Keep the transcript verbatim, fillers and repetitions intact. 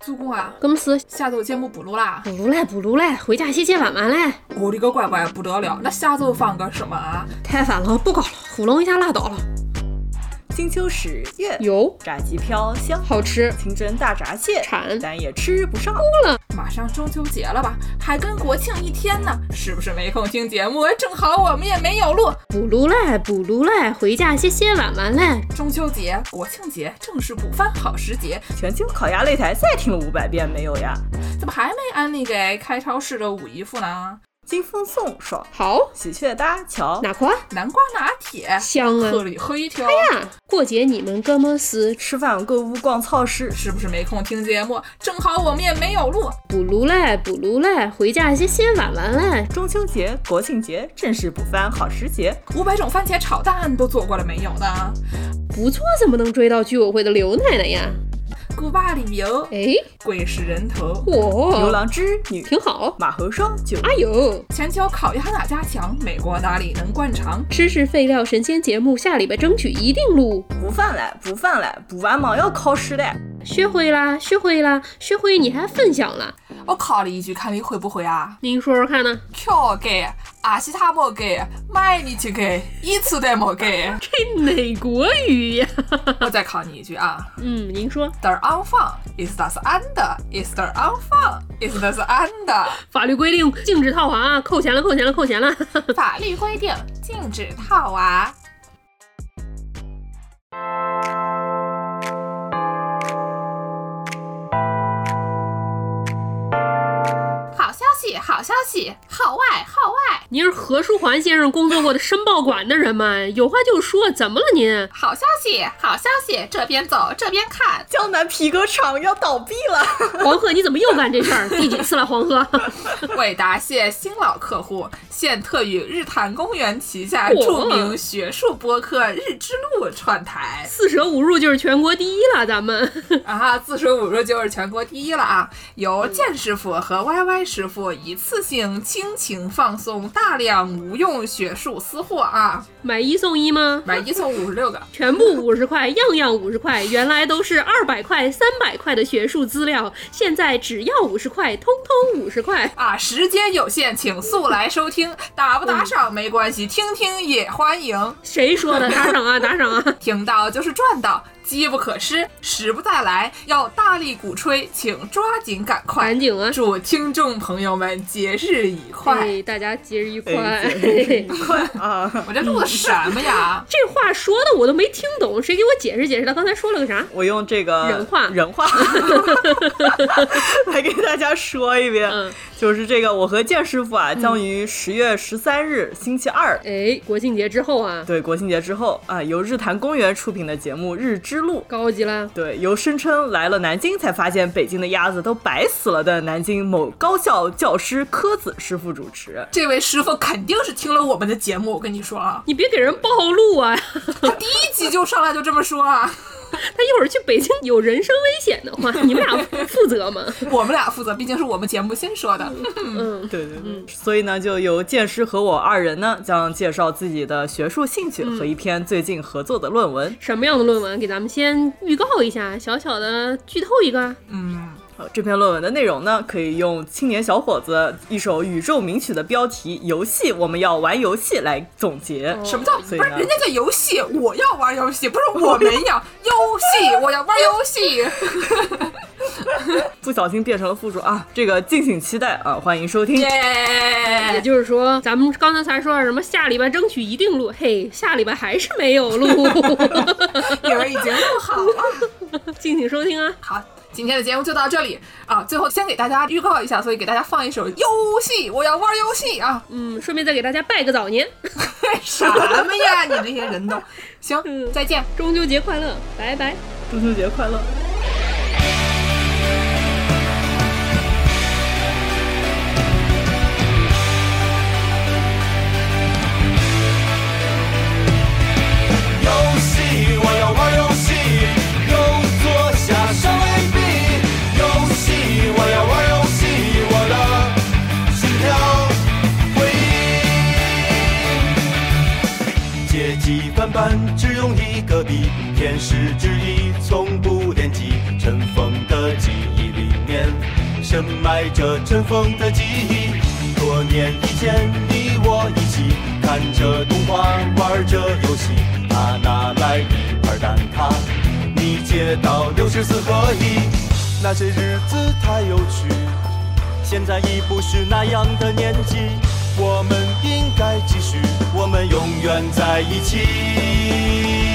祖公啊， 哥们是下周节目不录啦？ 不录嘞，不录嘞，回家写写晚晚嘞。 我的个乖乖，不得了！那下周放个什么啊？ 太烦了，不搞了，糊弄一下拉倒了。 金秋十月有炸鸡飘香， 好吃， 清蒸大闸蟹馋， 但也吃不上。 哭了， 马上中秋节了吧？还跟国庆一天呢，是不是没空听节目？正好我们也没有录， 不录嘞，不录嘞，回家写写晚晚嘞。 中秋节、国庆节正是补饭好时节， 全球烤鸭擂台赛听了五百遍没有呀？ 怎么还没安利给开超市的五姨夫呢？ 金风送爽， 好， 喜鹊搭桥， 哪块？ 南瓜拿铁， 香啊！ 鹤里黑条。 哎呀，过节你们哥们是吃饭购物逛超市， 是不是没空听节目？正好我们也没有录， 不录嘞，不录嘞，回家写写晚晚嘞。 中秋节、国庆节正是补饭好时节， 五百种番茄炒蛋都做过了没有呢？ 不错，怎么能追到居委会的刘奶奶呀？ 古巴里油， 哎， 贵是人头， 嚯， 牛郎织女挺好， 马猴烧酒， 哎呦， 全球烤鸭哪家强？美国哪里能灌肠？ 知识废料神仙节目下礼拜争取一定录。 补饭了，补饭了，补完忙要考试了。 学会啦，学会啦，学会你还分享了。 我考了一句，看你会不会啊？ 您说说看呢？ 票给，阿西塔莫给，买你去给，一次都没给。 这哪国语呀？ 我再考你一句啊。 嗯，您说。 Der Anfang ist das Ende, ist der Anfang, ist das Ende。 法律规定禁止套娃啊，扣钱了，扣钱了，扣钱了。 法律规定禁止套娃。好消息，号外号外！ 您是何书桓先生工作过的申报馆的人吗？有话就说，怎么了您？ 好消息，好消息，这边走这边看， 江南皮革厂要倒闭了。 黄鹤，你怎么又干这事儿？第几次了，黄鹤？ 为答谢新老客户，现特与日坛公园旗下著名学术播客日之路串台， 四舍五入就是全国第一了，咱们啊，四舍五入就是全国第一了啊！由健师傅和 Y Y 师傅一次性倾情放送大量无用学术私货啊！ 买一送一吗？ 买一送五十六个， 全部五十块，样样五十块。原来都是二百块、三百块的学术资料，现在只要五十块，通通五十块啊！时间有限，请速来收听，打不打赏没关系，听听也欢迎。 谁说的？打赏啊，打赏啊！ 听到就是赚到。机不可失，时不再来，要大力鼓吹，请抓紧赶快， 赶紧啊！ 祝听众朋友们节日愉快， 哎、大家节日愉快， 哎、节日愉快啊！ 我这录的什么呀？ 这话说的我都没听懂，谁给我解释解释？他刚才说了个啥？ 我用这个人话， 人话来给大家说一遍。嗯，就是这个，我和健师傅啊，将于十月十三日星期二， 哎，国庆节之后啊， 对，国庆节之后啊，由日坛公园出品的节目《日之路》， 高级了。 对，由声称来了南京才发现北京的鸭子都白死了的南京某高校教师柯子师傅主持。 这位师傅肯定是听了我们的节目，我跟你说啊， 你别给人暴露啊！ 他第一集就上来就这么说啊。 他一会儿去北京有人身危险的话，你们俩负责吗？ 我们俩负责，毕竟是我们节目先说的。 嗯， 对对对。嗯、所以呢，就由剑师和我二人呢，将介绍自己的学术兴趣和一篇最近合作的论文。 嗯、什么样的论文？给咱们先预告一下，小小的剧透一个。 嗯。 这篇论文的内容呢，可以用青年小伙子一首宇宙名曲的标题“游戏我们要玩游戏”来总结。 哦、什么叫？不是人家叫游戏，我要玩游戏，不是我们要游戏，我要玩游戏。 不小心变成了复数啊！这个敬请期待啊！欢迎收听。 Yeah! 也就是说，咱们刚才才说什么下礼拜争取一定录，嘿，下礼拜还是没有录， 有人已经录好了， 敬请收听啊！ 好。今天的节目就到这里啊！最后先给大家预告一下，所以给大家放一首游戏，我要玩游戏啊！ 嗯，顺便再给大家拜个早年。 什么呀？你这些人都行、嗯，再见， 中秋节快乐，拜拜， 中秋节快乐。游戏，我要玩游戏。我要玩游戏，我的心跳回应。阶级翻版只用一个笔，天使之翼从不惦记尘封的记忆里。 埋着尘封的记忆。多年以前，你我一起看着动画，玩着游戏，他拿来一盘蛋挞，你接到六十四合一。那些日子太有趣，现在已不是那样的年纪，我们应该继续，我们永远在一起。